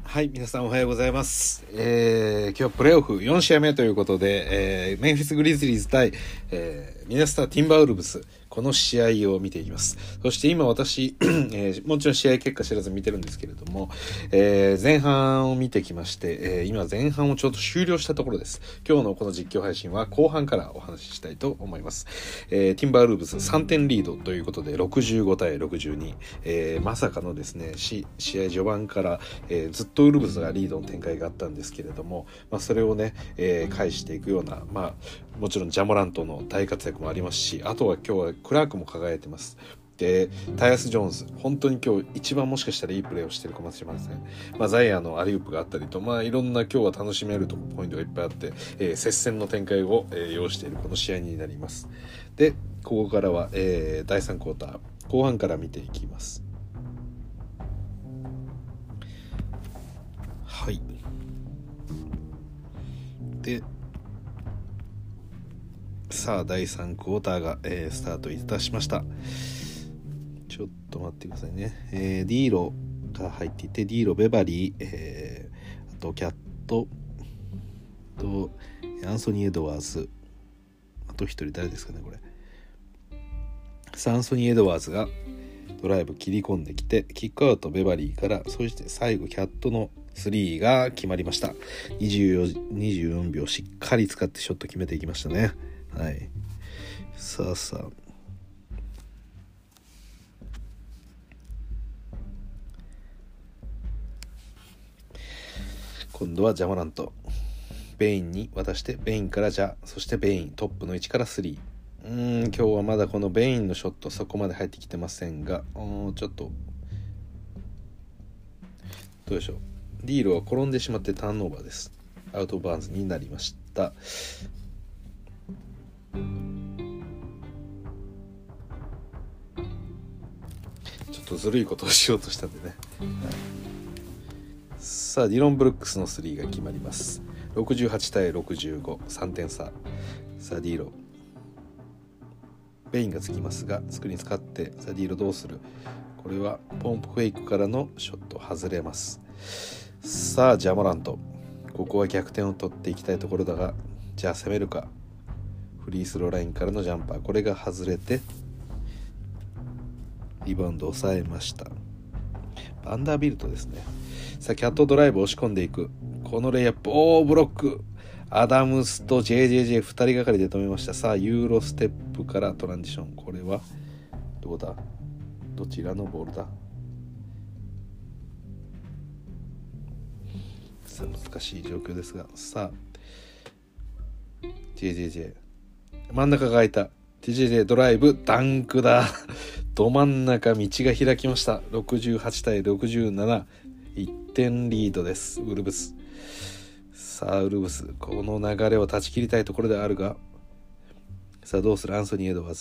はい、皆さんおはようございます。今日はプレーオフ4試合目ということで、メンフィスグリズリーズ対、ミネソタティンバーウルブス、この試合を見ていきます。そして今私、もちろん試合結果知らず見てるんですけれども、前半を見てきまして、今前半をちょうど終了したところです。今日のこの実況配信は後半からお話ししたいと思います。ティンバーウルブス3点リードということで65対62、まさかのですね、試合序盤から、ずっとウルブスがリードの展開があったんですけれども、それをね、返していくような、もちろんジャモラントの大活躍もありますし、あとは今日はクラークも輝いてます。でタイアス・ジョーンズ、本当に今日一番もしかしたらいいプレーをしてるかもしれません。ザイアーのアリウープがあったりと、いろんな今日は楽しめるポイントがいっぱいあって、接戦の展開を、要しているこの試合になります。でここからは、第3クォーター後半から見ていきます。はい。でさあ第3クォーターが、スタートいたしました。ちょっと待ってくださいね。ディーロが入っていて、ディーロ、ベバリー、あとキャットとアンソニー・エドワーズ、あと一人誰ですかねこれ。アンソニー・エドワーズがドライブ切り込んできて、キックアウトベバリーから、そして最後キャットの3が決まりました。24秒しっかり使ってショット決めていきましたね。はい。さあ今度はジャモラント、ベインに渡して、ベインからジャ、そしてベイントップの位置から3。今日はまだこのベインのショットそこまで入ってきてませんが、ちょっとどうでしょう。ディールは転んでしまってターンオーバーです。アウトバーンズになりました。ちょっとずるいことをしようとしたんでね、さあディロン・ブルックスの3が決まります。68対65、3点差。さあディーロ、ベインがつきますが、スクリーン使って、さあディーロどうする。これはポンプフェイクからのショット外れます。さあジャモラント、ここは逆転を取っていきたいところだが、じゃあ攻めるか。フリースローラインからのジャンパー、これが外れてリバウンドを抑えました。バンダービルトですね。さあキャットドライブ押し込んでいく、このレイアップ、ブロック、アダムスと JJJ2 人がかりで止めました。さあユーロステップからトランジション、これはどうだ、どちらのボールだ。さあ難しい状況ですが、さあ JJJ 真ん中が空いた、 JJJ ドライブダンクだど真ん中、道が開きました。68対67、1点リードです、ウルブス。さあウルブス、この流れを断ち切りたいところであるが、さあどうする。アンソニー・エドワー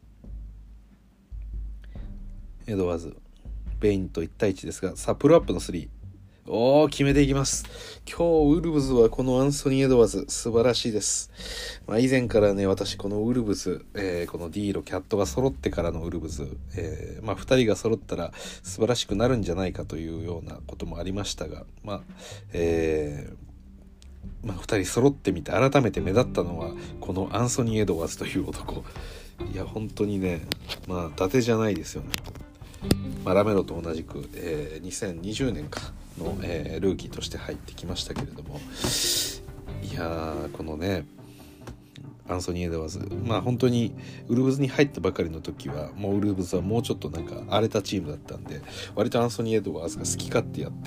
ズ、ベインと1対1ですが、さあプルアップの3、決めていきます。今日ウルブズはこのアンソニー・エドワーズ素晴らしいです。以前からね、私このウルブズ、このディーロ、キャットが揃ってからのウルブズ、2人が揃ったら素晴らしくなるんじゃないかというようなこともありましたが、2人揃ってみて改めて目立ったのはこのアンソニー・エドワーズという男。いや本当にね、伊達じゃないですよね。ラメロと同じく、2020年かの、ルーキーとして入ってきましたけれども、いやこのねアンソニー・エドワーズ、本当にウルブズに入ったばかりの時はもうウルブズはもうちょっとなんか荒れたチームだったんで、割とアンソニー・エドワーズが好き勝手やって、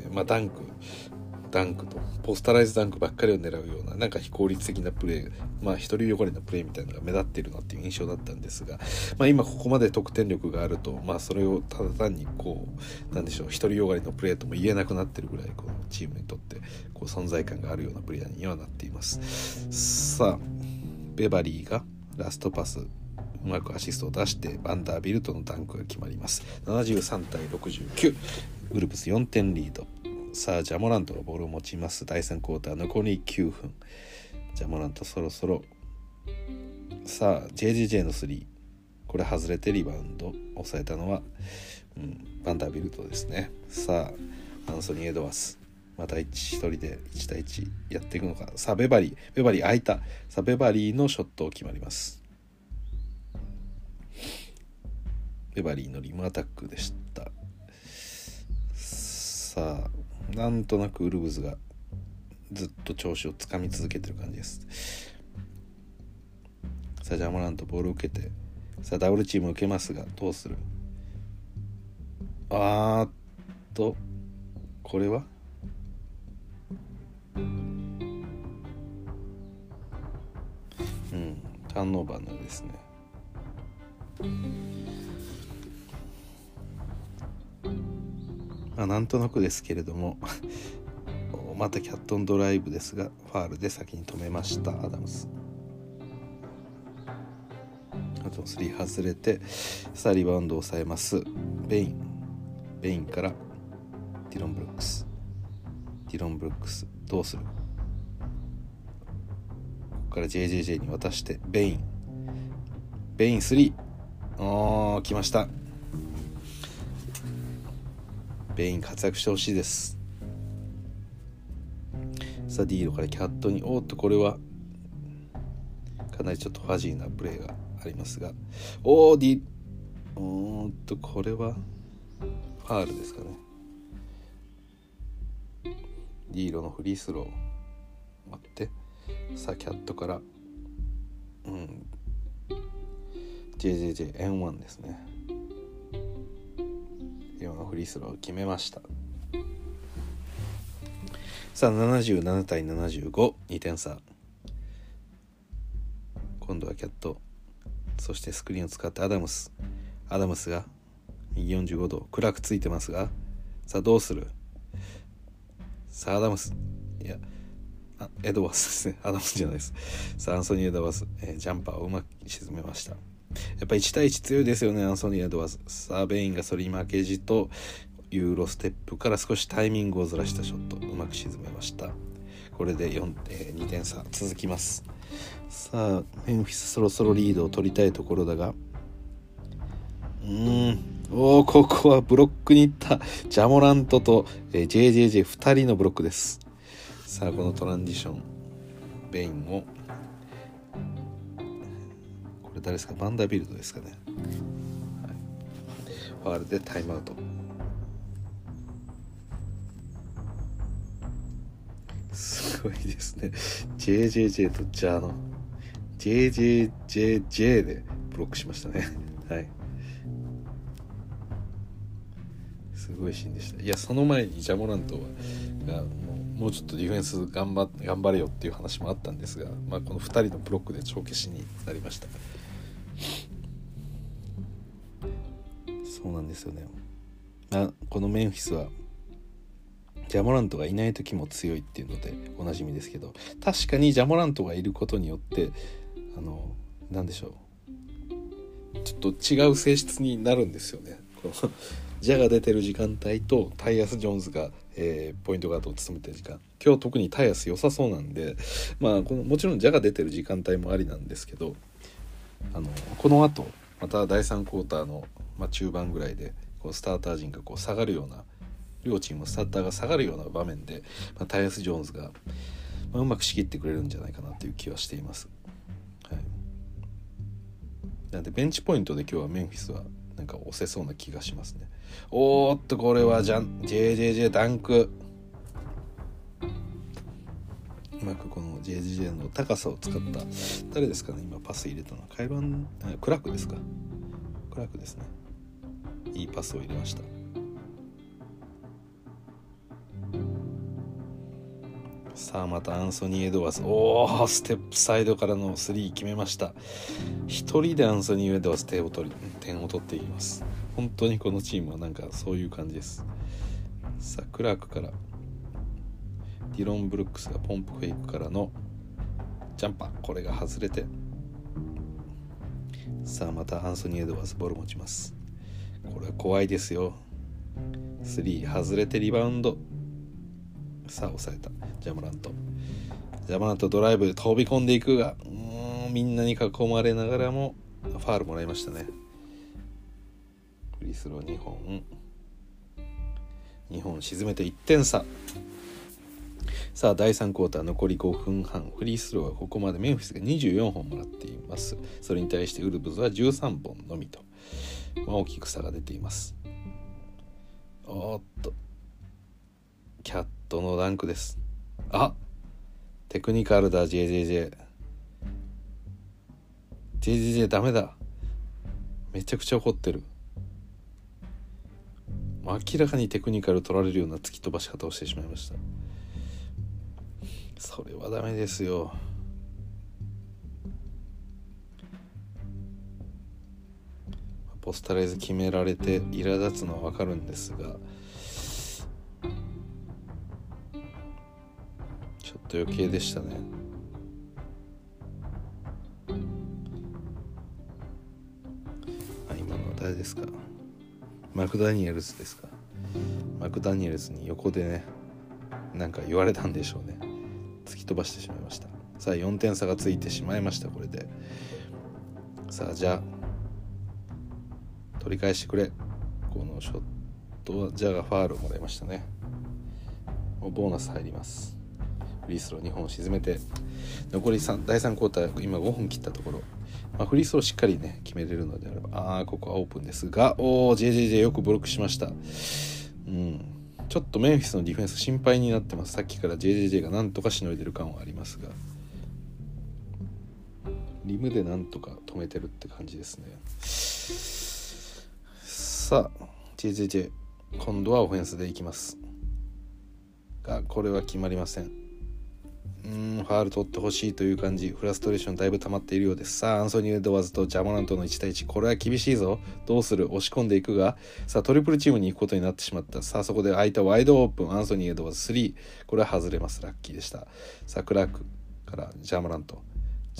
ダンクとポスタライズダンクばっかりを狙うような、なんか非効率的なプレー、独りよがりなプレーみたいなのが目立っているなっていう印象だったんですが、今ここまで得点力があると、それをただ単になんでしょう、独りよがりのプレーとも言えなくなってるぐらい、このチームにとって存在感があるようなプレーヤーにはなっています。さあベバリーがラストパスうまくアシストを出して、バンダービルトのダンクが決まります。73対69、ウルブス4点リード。さあジャモラントがボールを持ちます。第3クォーター残り9分。ジャモラントそろそろ、さあ JJJ の3、これ外れてリバウンド抑えたのは、バンダービルトですね。さあアンソニー・エドワーズ。また一人で1対1やっていくのか。さあベバリー空いた。さあベバリーのショットを決まります。ベバリーのリムアタックでした。さあなんとなくウルブズがずっと調子をつかみ続けてる感じです。さあジャモラントボールを受けて、さあダブルチーム受けますがどうする。これはターンオーバーのようですね。なんとなくですけれどもまたキャットンドライブですがファールで先に止めました。アダムス。あと3外れて、さあリバウンドを抑えます。ベインからディロン・ブルックスどうする。ここから JJJ に渡してベイン3来ました。ベイン活躍してほしいです。さあディーロからキャットにこれはかなりちょっとファジーなプレーがありますがこれはファールですかね。ディーロのフリースロー待って、さあキャットからJJJ N1 ですね。N1のフリースローを決めました。さあ77対75、2点差。今度はキャット、そしてスクリーンを使ってアダムスが右45度暗くついてますが、さあどうする。さあアダムス、エドワーズですね。アダムスじゃないです。さあアンソニー・エドワーズ、ジャンパーをうまく沈めました。やっぱ1対1強いですよね、アンソニー・エドワーズ。さあベインが反り負けじとユーロステップから少しタイミングをずらしたショットうまく沈めました。これで2点差続きます。さあメンフィスそろそろリードを取りたいところだが、ここはブロックに行ったジャモラントと、JJJ2 人のブロックです。さあこのトランジションベインを、これ誰ですか、バンダービルドですかね、ファールでタイムアウト。すごいですね。JJJ とジャーの JJJJ でブロックしましたね。はい、すごいシーンでした。いやその前にジャモラントがもうちょっとディフェンス頑張れよっていう話もあったんですが、この2人のブロックで帳消しになりました。そうなんですよね。このメンフィスはジャモラントがいない時も強いっていうのでおなじみですけど、確かにジャモラントがいることによってなんでしょう、ちょっと違う性質になるんですよね。ジャが出てる時間帯とタイアス・ジョーンズが、ポイントガードを務めてる時間、今日特にタイアス良さそうなんで、もちろんジャが出てる時間帯もありなんですけど、この後また第3クォーターの、中盤ぐらいでスターター陣が下がるような、両チームのスターターが下がるような場面で、タイアス・ジョーンズが、うまく仕切ってくれるんじゃないかなという気はしています。はい、なんでベンチポイントで今日はメンフィスはなんか押せそうな気がしますね。これはJJJ ダンク、うまくこの JJJ の高さを使った、誰ですかね今パス入れたのは、クラークですか。クラークですね。いいパスを入れました。さあまたアンソニー・エドワーズ、ステップサイドからの3決めました。一人でアンソニー・エドワーズ点を取っていきます。本当にこのチームはなんかそういう感じです。さあクラークからディロン・ブルックスがポンプフェイクからのジャンパー、これが外れて、さあまたアンソニー・エドワーズボール持ちます。これは怖いですよ。3外れてリバウンド、さあ抑えたジャモラントドライブで飛び込んでいくが、みんなに囲まれながらもファールもらいましたね。フリースロー2本。 日本沈めて1点差。さあ第3クォーター残り5分半、フリースローはここまでメンフィスが24本もらっています。それに対してウルブズは13本のみと、大きく差が出ています。おっとキャットのダンクです。テクニカルだ。 JJJ ダメだ。めちゃくちゃ怒ってる。明らかにテクニカル取られるような突き飛ばし方をしてしまいました。それはダメですよ。ポスタライズ決められて苛立つのは分かるんですが、ちょっと余計でしたね。今のは誰ですか？マクダニエルズですか？マクダニエルズに横でね、なんか言われたんでしょうね。突き飛ばしてしまいました。さあ4点差がついてしまいました。これでさあじゃあ取り返してくれ。このショットはジャがファールをもらいましたね。ボーナス入ります。フリースロー2本沈めて残り第3クォーター今5分切ったところ、フリースローしっかりね決めれるのであれば、ここはオープンですが、JJJ よくブロックしました。ちょっとメンフィスのディフェンス心配になってます。さっきから JJJ がなんとかしのいでる感はありますが、リムでなんとか止めてるって感じですね。さあ JJJ 今度はオフェンスでいきますが、これは決まりません。ファール取ってほしいという感じ。フラストレーションだいぶ溜まっているようです。さあアンソニー・エドワーズとジャモラントの1対1、これは厳しいぞ。どうする？押し込んでいくが、さあトリプルチームに行くことになってしまった。さあそこで空いたワイドオープン、アンソニー・エドワーズ3、これは外れます。ラッキーでした。さあクラークからジャモラント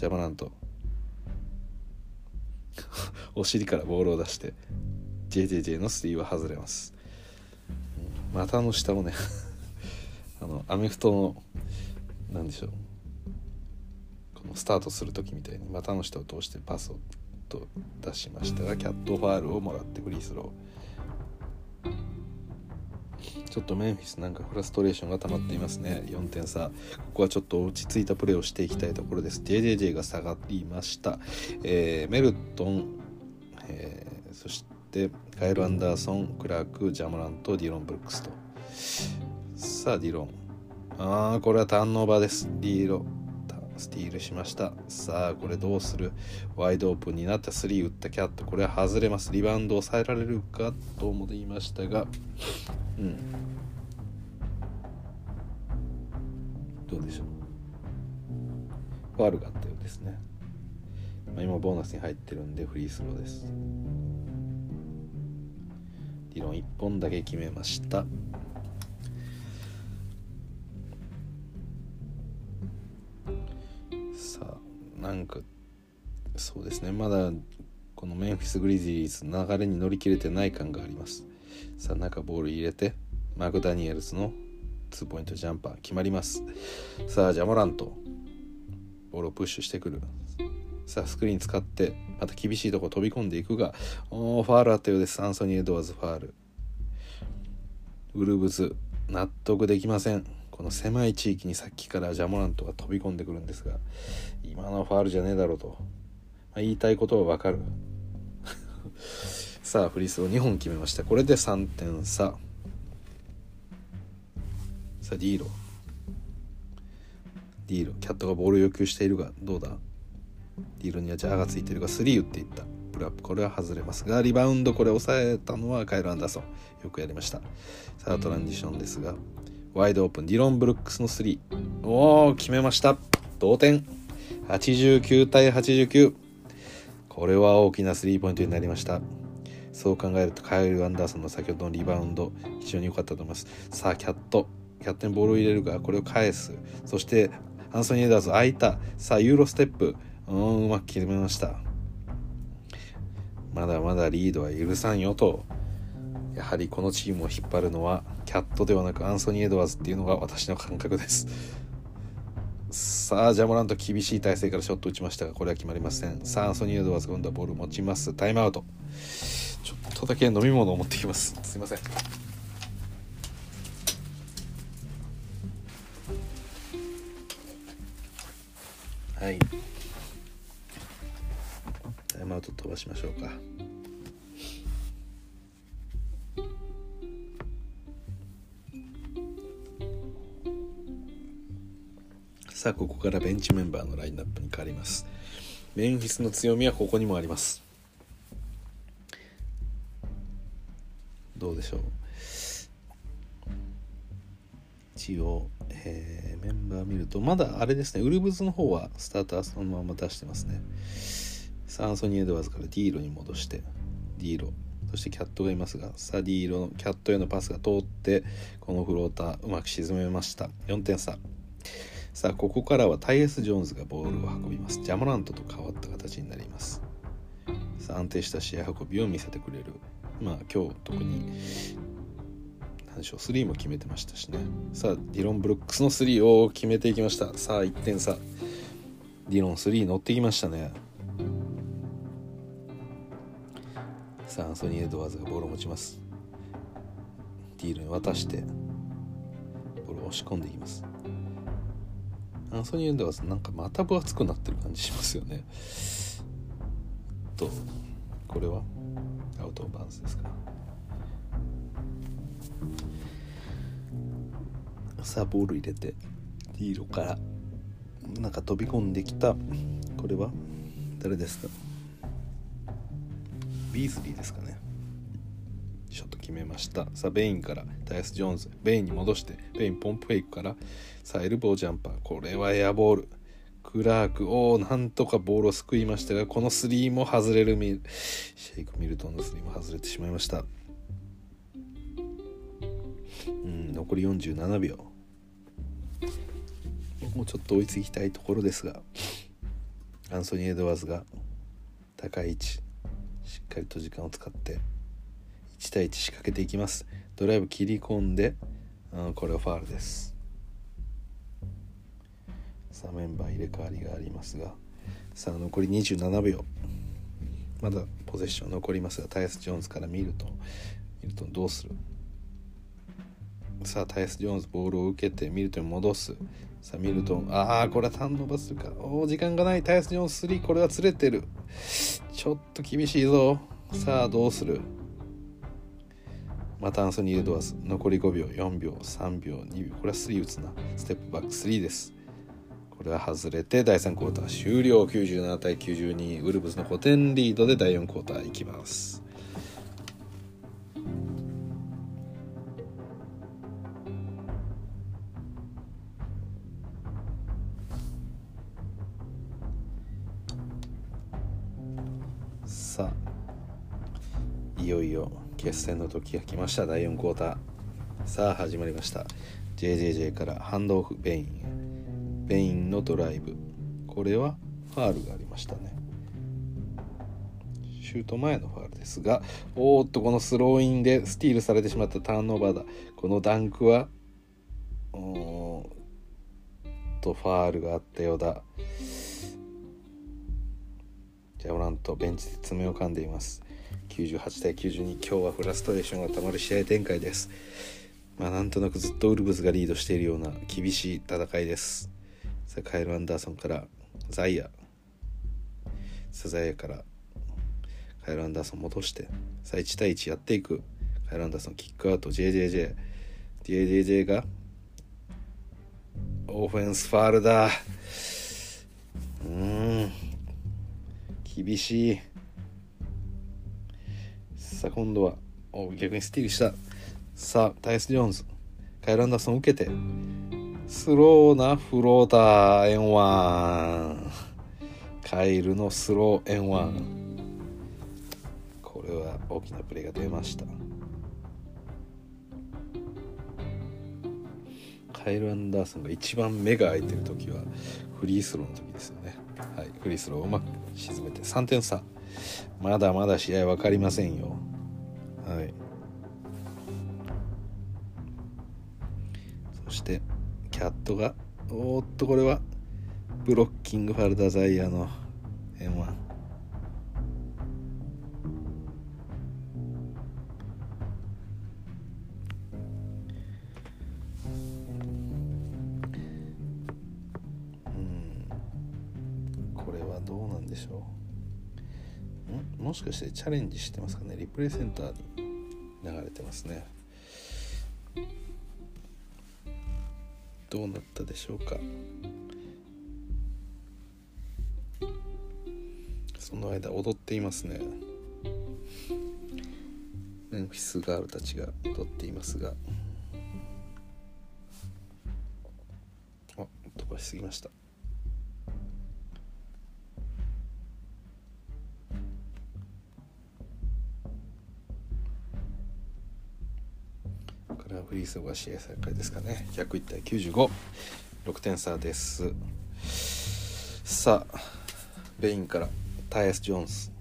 お尻からボールを出して JJJ の3は外れます。股の下をねアメフトのなんでしょう、このスタートする時みたいに股の下を通してパスをと出しましたが、キャットファールをもらってフリースロー。ちょっとメンフィスなんかフラストレーションが溜まっていますね。4点差。ここはちょっと落ち着いたプレーをしていきたいところです。 JJJ が下がりました。メルトン、そしてカエル・アンダーソン、クラーク、ジャモラント、ディロン・ブルックスと。さあディロン、これはターンオーバーです。スティールしました。さあこれどうする？ワイドオープンになった3打ったキャット、これは外れます。リバウンドを抑えられるかと思いましたが、どうでしょう。ファウルがあったようですね。今ボーナスに入ってるんでフリースローです。ディロン1本だけ決めました。なんかそうですね、まだこのメンフィスグリズリーズ流れに乗り切れてない感があります。さあ中ボール入れてマクダニエルズの2ポイントジャンパー決まります。さあジャモラントボールをプッシュしてくる。さあスクリーン使ってまた厳しいところ飛び込んでいくが、ファールあったようです。アンソニー・エドワーズファール。ウルブズ納得できません。この狭い地域にさっきからジャモラントが飛び込んでくるんですが、今のファールじゃねえだろうと、言いたいことはわかるさあフリースロー2本決めました。これで3点差。さあディーロキャットがボールを要求しているがどうだ。ディーロにはジャーがついているが3打っていった。プルアップ、これは外れますが、リバウンドこれ抑えたのはカイル・アンダーソン、よくやりました。さあトランジションですがワイドオープン、ディロン・ブルックスの3、決めました。同点。89対89。これは大きなスリーポイントになりました。そう考えるとカイル・アンダーソンの先ほどのリバウンド非常に良かったと思います。さあキャットにボールを入れるがこれを返す。そしてアンソニー・エダーズ空いた。さあユーロステップ、うまく決めました。まだまだリードは許さんよと。やはりこのチームを引っ張るのはキャットではなくアンソニー・エドワーズっていうのが私の感覚です。さあジャモラント厳しい体勢からショット打ちましたがこれは決まりません。さあアンソニー・エドワーズ今度はボール持ちます。タイムアウト。ちょっとだけ飲み物を持ってきます。すいません。 はい、タイムアウト飛ばしましょうか。さあここからベンチメンバーのラインナップに変わります。メンフィスの強みはここにもあります。どうでしょう。一応、メンバー見るとまだあれですね、ウルブズの方はスターターそのまま出してますね。さあアンソニー・エドワーズからディーロに戻してディーロ、そしてキャットがいますが、さあディーロのキャットへのパスが通ってこのフローターうまく沈めました。4点差。さあここからはタイエス・ジョーンズがボールを運びます。ジャモラントと変わった形になります。さあ安定した試合運びを見せてくれる、今日特に何でしょう、3も決めてましたしね。さあディロン・ブルックスの3を決めていきました。さあ1点差。ディロン3乗ってきましたね。さあアンソニー・エドワーズがボールを持ちます。ディーロに渡してボールを押し込んでいきます。アンソニー・エドワーズなんかまた分厚くなってる感じしますよね。これはアウトオブバウンスですか。さあボール入れてディーロからなんか飛び込んできた、これは誰ですか。ビーズリーですかね。ショット決めました。さあベインからタイス・ジョーンズ、ベインに戻してベインポンプフェイクからさあエルボージャンパー、これはエアボール。クラークなんとかボールを救いましたが、このスリーも外れる。シェイク・ミルトンのスリーも外れてしまいました。残り47秒。もうちょっと追いつきたいところですが、アンソニー・エドワーズが高い位置しっかりと時間を使って1対1仕掛けていきます。ドライブ切り込んで、これはファウルです。さあメンバー入れ替わりがありますが、さあ残り27秒、まだポゼッション残りますが、タイス・ジョーンズからミルトンどうする。さあタイス・ジョーンズボールを受けてミルトンに戻す。さあミルトン、これはターンオーバーするか。時間がない。タイス・ジョーンズ3、これは釣れてる。ちょっと厳しいぞ。さあどうする。またアンソニー・エドワーズ、残り5秒、4秒、3秒、2秒、これは3打つな。ステップバック3です。これは外れて第3クォーター終了。97対92、ウルブズの5点リードで第4クォーターいきます。さあいよいよ決戦の時が来ました。第4クォーターさあ始まりました。 JJJ からハンドオフベインへ、ベインのドライブ、これはファールがありましたね。シュート前のファールですが、このスローインでスティールされてしまったターンオーバーだ。このダンクはファールがあったようだ。ジャモラントベンチで爪を噛んでいます。98対92、今日はフラストレーションがたまる試合展開です。なんとなくずっとウルブズがリードしているような厳しい戦いです。さあカイル・アンダーソンからザイアからカイル・アンダーソン戻して、さあ1対1やっていく。カイル・アンダーソンキックアウト。 JJJ がオフェンスファールだ。厳しい。さあ今度は逆にスティールした。さあタイス・ジョーンズ、カイル・アンダーソン受けてスローなフローターエンワン、カイルのスローエンワン、これは大きなプレーが出ました。カイル・アンダーソンが一番目が開いてる時はフリースローの時ですよね。はい、フリースローをうまく沈めて3点差。まだまだ試合分かりませんよ。はい、そしてキャットがこれはブロッキングファルダザイヤの M1。 でしょう。もしかしてチャレンジしてますかね。リプレイセンターに流れてますね。どうなったでしょうか。その間踊っていますね。メンフィスガールたちが踊っていますが、飛ばしすぎました。これはフリースローが試合再開ですかね。101対95、6点差です。さあベインからタイアス・ジョーンズ、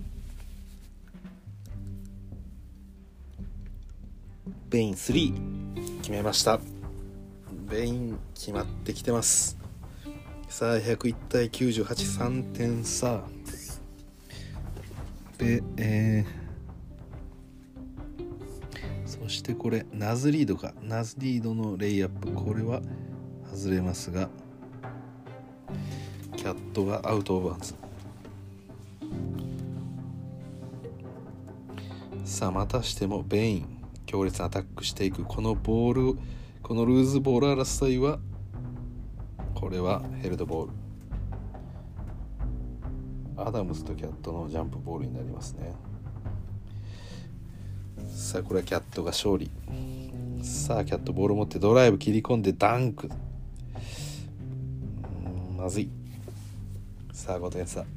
ベイン3決めました。ベイン決まってきてます。さあ101対98、3点差で、そしてこれナズリードのレイアップ、これは外れますがキャットがアウトオブバウンズ。さあまたしてもベイン強烈なアタックしていく。このルーズボール争いはこれはヘルドボール。アダムスとキャットのジャンプボールになりますね。さあこれはキャットが勝利。さあキャットボールを持ってドライブ切り込んでダンク。まずい。さあ5点差。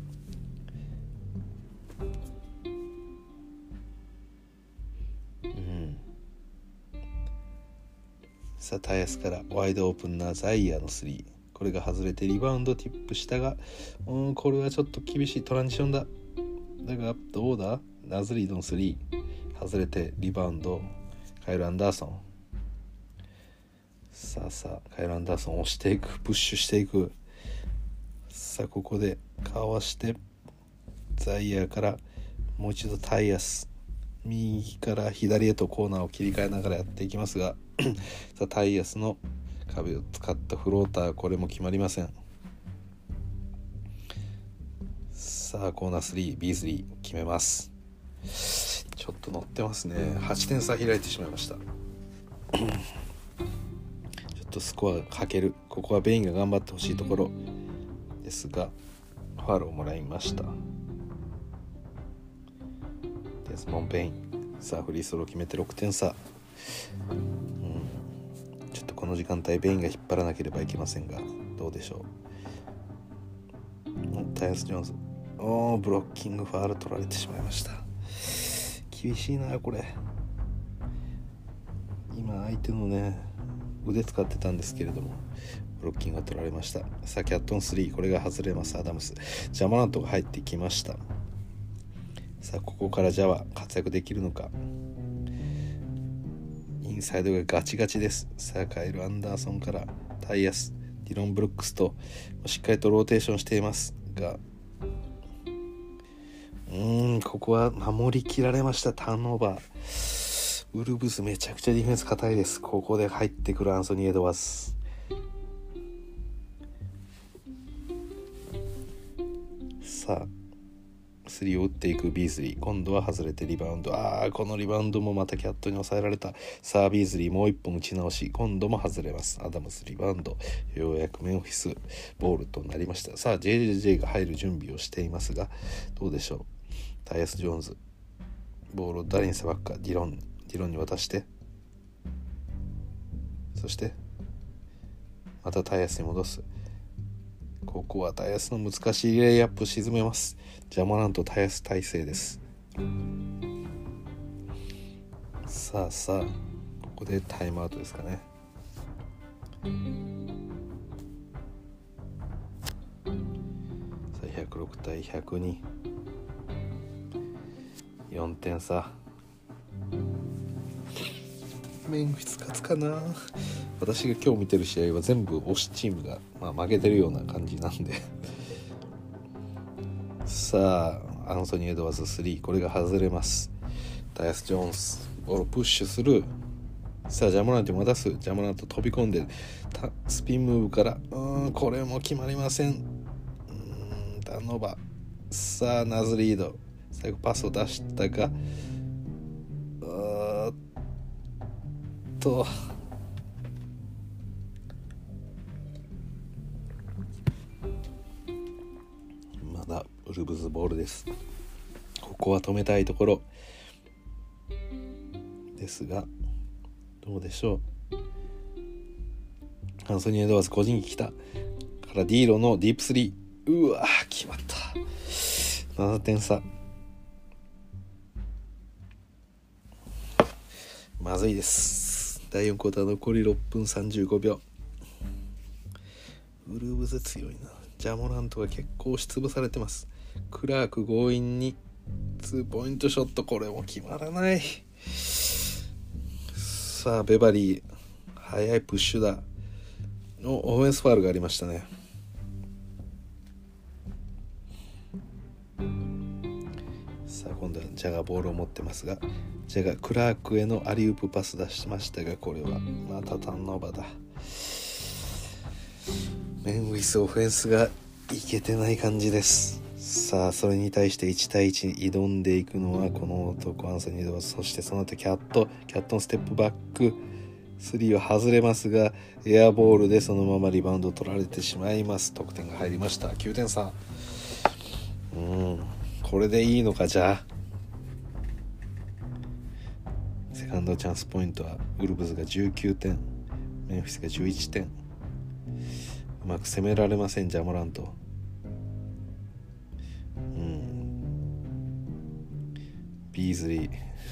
さあタイアスからワイドオープンなザイヤーの3、これが外れてリバウンドティップしたが、これはちょっと厳しいトランジションだ。だがどうだ、ナズリードの3外れてリバウンドカイル・アンダーソン。さあカイル・アンダーソン押していく、プッシュしていく。さあここでかわしてザイヤーからもう一度タイアス、右から左へとコーナーを切り替えながらやっていきますがさあタイアスの壁を使ったフローター、これも決まりません。さあコーナー 3B3 決めます。ちょっと乗ってますね。8点差開いてしまいましたちょっとスコアがかける。ここはベインが頑張ってほしいところですがファウルをもらいました。デスモン・ベイン、さあフリースロー決めて6点差。ちょっとこの時間帯ベインが引っ張らなければいけませんがどうでしょう。タイアス・ジョーンズ、ブロッキングファウル取られてしまいました。厳しいなこれ。今相手のね腕使ってたんですけれどもブロッキングが取られました。さあキャットの3、これが外れます。アダムス、ジャマラントが入ってきました。さあここからジャワ活躍できるのか。インサイドがガチガチです。さあカイル・アンダーソンからタイアス、ディロン・ブルックスとしっかりとローテーションしていますが、ここは守りきられました。ターンオーバー。ウルブスめちゃくちゃディフェンス硬いです。ここで入ってくるアンソニー・エドワーズ。さあ3を打っていくビーズリー、今度は外れてリバウンド。このリバウンドもまたキャットに抑えられた。さあビーズリーもう一本打ち直し、今度も外れます。アダムスリバウンド、ようやくメンフィスボールとなりました。さあ JJJ が入る準備をしていますがどうでしょう。タイアス・ジョーンズ、ボールを誰にさばくか。ディロンに渡して、そしてまたタイアスに戻す。ここはタイアスの難しいレイアップを沈めます。ジャマラントタイアス体勢です。さあここでタイムアウトですかね。さあ106対102、4点差。メンフィス勝つかな。私が今日見てる試合は全部推しチームが、負けてるような感じなんでさあアンソニー・エドワーズ3、これが外れます。タイアス・ジョーンズボールをプッシュする。さあジャモラントに渡す。ジャモラント飛び込んでスピンムーブからこれも決まりません。ターンオーバさあナズリード最後パスを出したがまだウルブズボールです。ここは止めたいところですがどうでしょう。アンソニー・エドワーズ個人技来たからディーロのディープスリー、うわー決まった。7点差、まずいです。第4クォーター残り6分35秒。ウルブズ強いな。ジャモラントが結構押しつぶされてます。クラーク強引に2ポイントショット、これも決まらない。さあベバリー速いプッシュだのオフェンスファウルがありましたね。さあ今度はジャガボールを持ってますが、ジャガクラークへのアリウープパス出しましたが、これはまたターンオーバーだ。メンフィスオフェンスがいけてない感じです。さあそれに対して1対1に挑んでいくのはこの男アンソニー・エドワーズ、そしてその後キャットのステップバック3は外れますがエアボールでそのままリバウンドを取られてしまいます。得点が入りました。9点差。これでいいのか。じゃあセカンドチャンスポイントはウルブズが19点メンフィスが11点。うまく攻められませんジャモラント。ビーズリ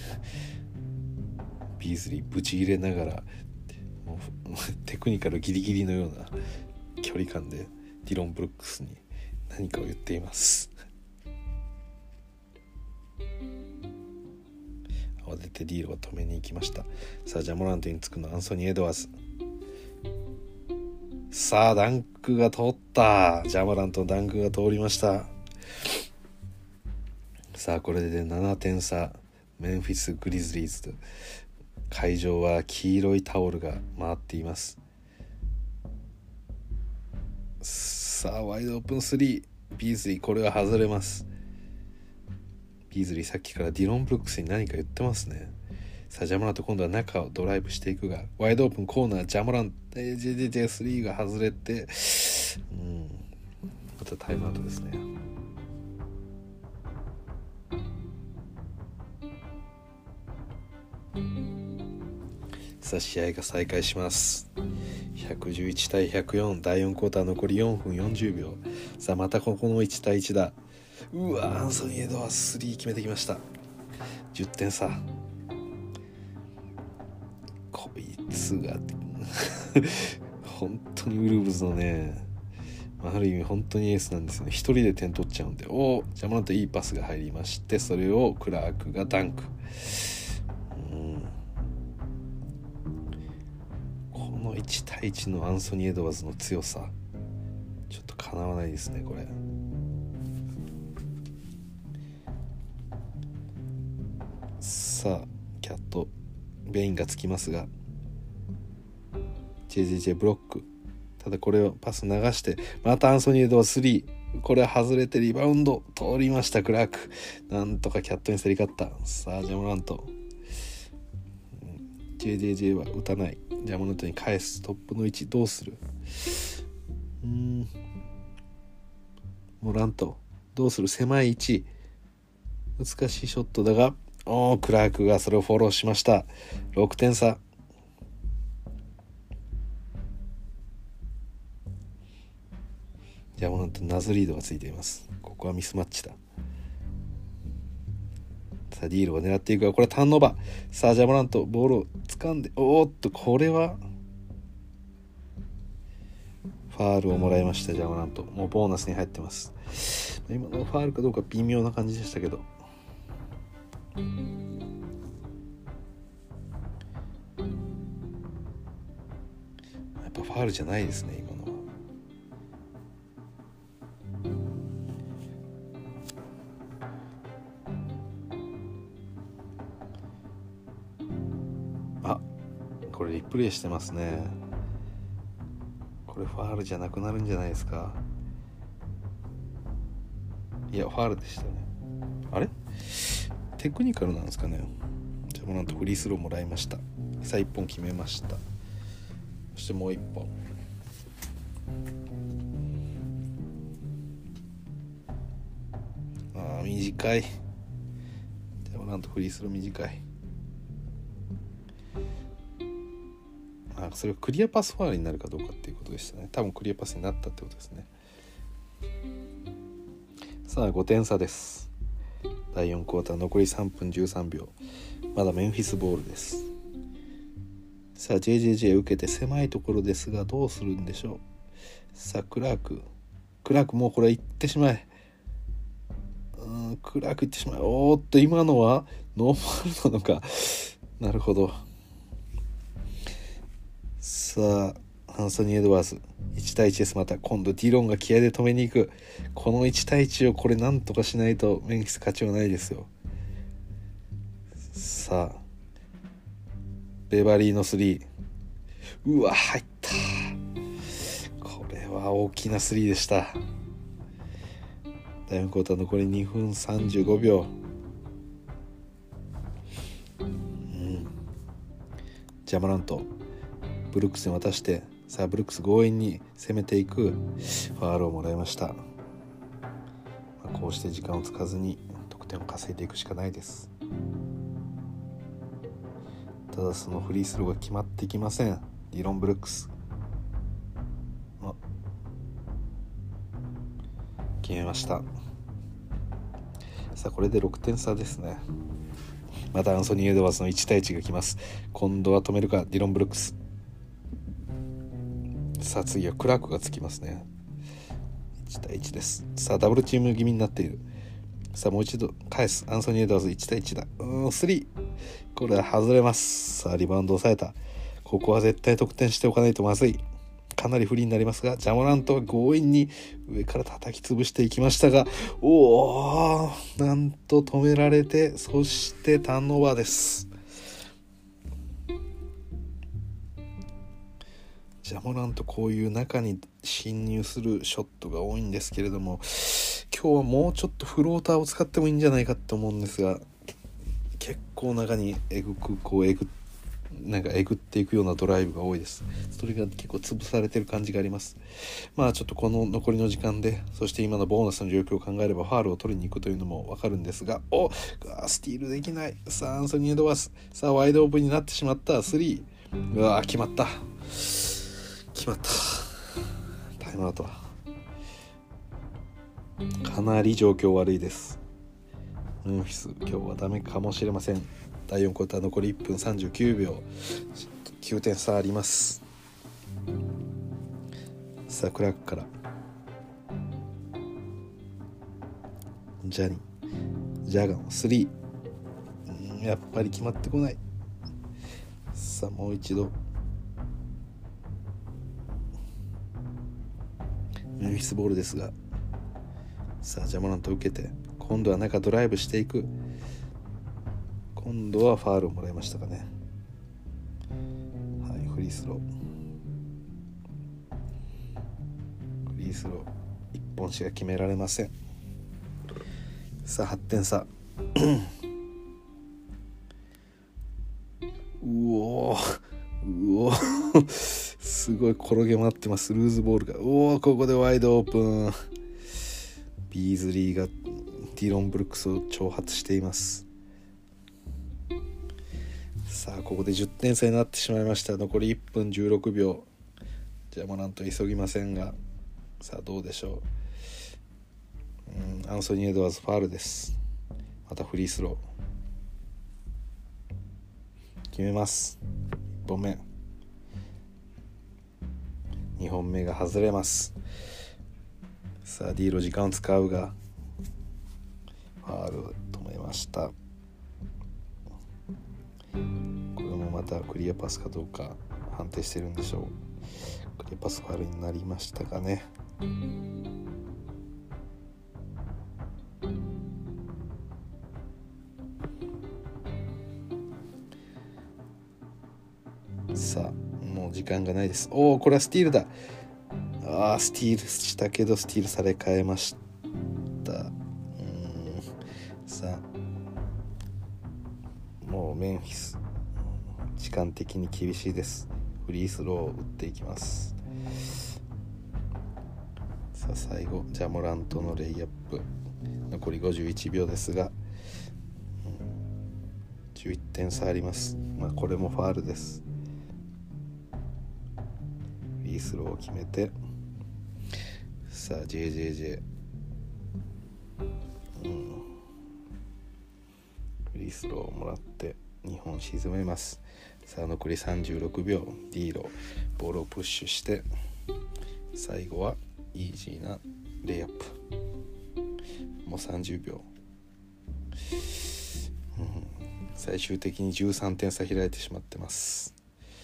ーブチ切れながらもうテクニカルギリギリのような距離感でディロン・ブルックスに何かを言っています。慌ててディーロが止めに行きました。さあジャモラントにつくのアンソニー・エドワーズ。さあダンクが通った。ジャモラントのダンクが通りました。さあこれで7点差。メンフィス・グリズリーズ。会場は黄色いタオルが回っています。さあワイドオープン3、ビーズリーこれは外れます。ビーズリーさっきからディロン・ブルックスに何か言ってますね。さあジャモラント今度は中をドライブしていくがワイドオープンコーナージャモラント JJJ3 が外れてまたタイムアウトですね。さあ試合が再開します。111対104、第4クォーター残り4分40秒。さあまたここの1対1だ。うわアンソニー・エドワーズ3決めてきました。10点差。こいつが本当にウルブズのね、ある意味本当にエースなんですよね。一人で点取っちゃうんで、ジャモラントいいパスが入りまして、それをクラークがダンク。この1対1のアンソニー・エドワーズの強さちょっとかなわないですね。これさあキャットベインがつきますが JJJ ブロック。ただこれをパス流してまたアンソニー・エドワーズ3、これは外れてリバウンド通りました。クラークなんとかキャットに競り勝った。さあジャモラント JJJ は打たない。ジャモラントに返す。トップの位置どうする。モラントどうする。狭い位置難しいショットだがクラークがそれをフォローしました。6点差。ジャモラントナズリードがついています。ここはミスマッチだ。さあディールを狙っていくがこれはターンオーバー。さあジャモラントボールを掴んでこれはファールをもらいました。ジャモラントもうボーナスに入ってます。今のファールかどうか微妙な感じでしたけどやっぱファールじゃないですね今のは。これリプレイしてますね。これファールじゃなくなるんじゃないですか。 いやファールでしたね。あれテクニカルなんですかね。じゃあもうなんとフリースローもらいました。さあ1本決めました。そしてもう1本。短い。じゃあもうなんとフリースロー短い。それがクリアパスファールになるかどうかっていうことでしたね。多分クリアパスになったってことですね。さあ5点差です。第4クォーター残り3分13秒。まだメンフィスボールです。さあ JJJ 受けて狭いところですがどうするんでしょう。さあクラークもうこれ行ってしまえ。クラーク行ってしまえ。おーっと今のはノーマルなのか。なるほど。さあアンソニー・エドワーズ1対1です。また今度ディロンが気合で止めに行く。この1対1をこれなんとかしないとメンフィス勝ちはないですよ。さあベバリーの3、うわ入った。これは大きな3でした。第4クォーター残り2分35秒。ジャマラントブルックスに渡して、さあブルックス強引に攻めていく。ファウルをもらいました。こうして時間を使わずに得点を稼いでいくしかないです。ただそのフリースローが決まってきません。ディロン・ブルックス決めました。さあこれで6点差ですね。またアンソニー・エドワーズの1対1が来ます。今度は止めるかディロン・ブルックス。さあ次はクラークがつきますね。1対1です。さあダブルチーム気味になっている。さあもう一度返す。アンソニー・エドワーズ1対1だ。3、これは外れます。さあリバウンド抑えた。ここは絶対得点しておかないとまずい。かなり不利になりますが、ジャモラントは強引に上から叩き潰していきましたが、なんと止められて、そしてターンオーバーです。ジャモラントこういう中に侵入するショットが多いんですけれども、今日はもうちょっとフローターを使ってもいいんじゃないかと思うんですが、結構中にえぐっていくようなドライブが多いです。それが結構潰されてる感じがあります。ちょっとこの残りの時間で、そして今のボーナスの状況を考えればファールを取りに行くというのも分かるんですが、スティールできない。さあアンソニー・エドワース、さあワイドオープンになってしまった。3、決まった。タイムアウト。かなり状況悪いです。メンフィス今日はダメかもしれません。第4クォーター残り1分39秒。9点差あります。さあクラークからジャガン3、やっぱり決まってこない。さあもう一度メンフィスボールですが、さあジャモラント受けて、今度は中ドライブしていく。今度はファウルをもらいましたかね。はい、フリースロー1本しか決められません。さあ8点差うおすごい転げ回ってます。ルーズボールがここでワイドオープン。ビーズリーがディロン・ブルックスを挑発しています。さあここで10点差になってしまいました。残り1分16秒。じゃあもうなんと急ぎませんが、さあどうでしょう。アンソニー・エドワーズファウルです。またフリースロー決めます。1本目2本目が外れます。さあディーロ時間を使うがファウル止めました。これもまたクリアパスかどうか判定してるんでしょう。クリアパスファウルになりましたかね。さあもう時間がないです。これはスティールだ。スティールしたけどスティールされ替えました。 フィス、時間的に厳しいです。フリースローを打っていきます。さあ最後ジャモラントのレイアップ、残り51秒ですが、11点差あります。これもファールです。フリースローを決めて、さあ JJJ、フリースローをもらって2本沈めます。さあ残り36秒、D ローボールをプッシュして、最後はイージーなレイアップ。もう30秒、最終的に13点差開いてしまってます。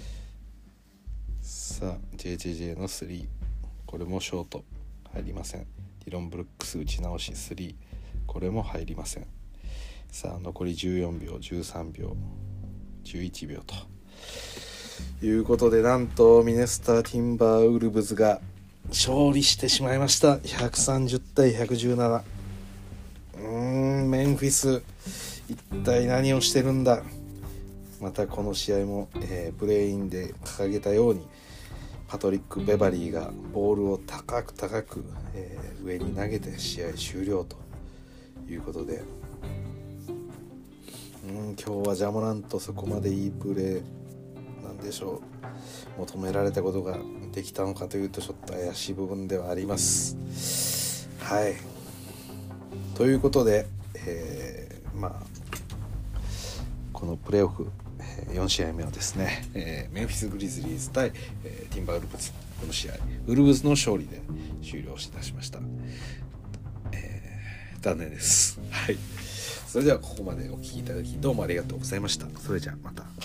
さあ JJJ の3、これもショート入りません。ディロン・ブルックス打ち直し3、これも入りません。さあ残り14秒、13秒、11秒ということで、なんとミネソタ・ティンバーウルブズが勝利してしまいました。130対117。メンフィス一体何をしてるんだ。またこの試合も、プレーインで掲げたようにパトリック・ベバリーがボールを高く、上に投げて試合終了ということで、今日はジャモラントそこまでいいプレーなんでしょう。求められたことができたのかというとちょっと怪しい部分ではあります。はい、ということで、このプレーオフ4試合目はですね、メンフィス・グリズリーズ対、ティンバーウルブズ、この試合ウルブズの勝利で終了いたしました。残念です。はい、それではここまでお聞きいただきどうもありがとうございました。それじゃあまた。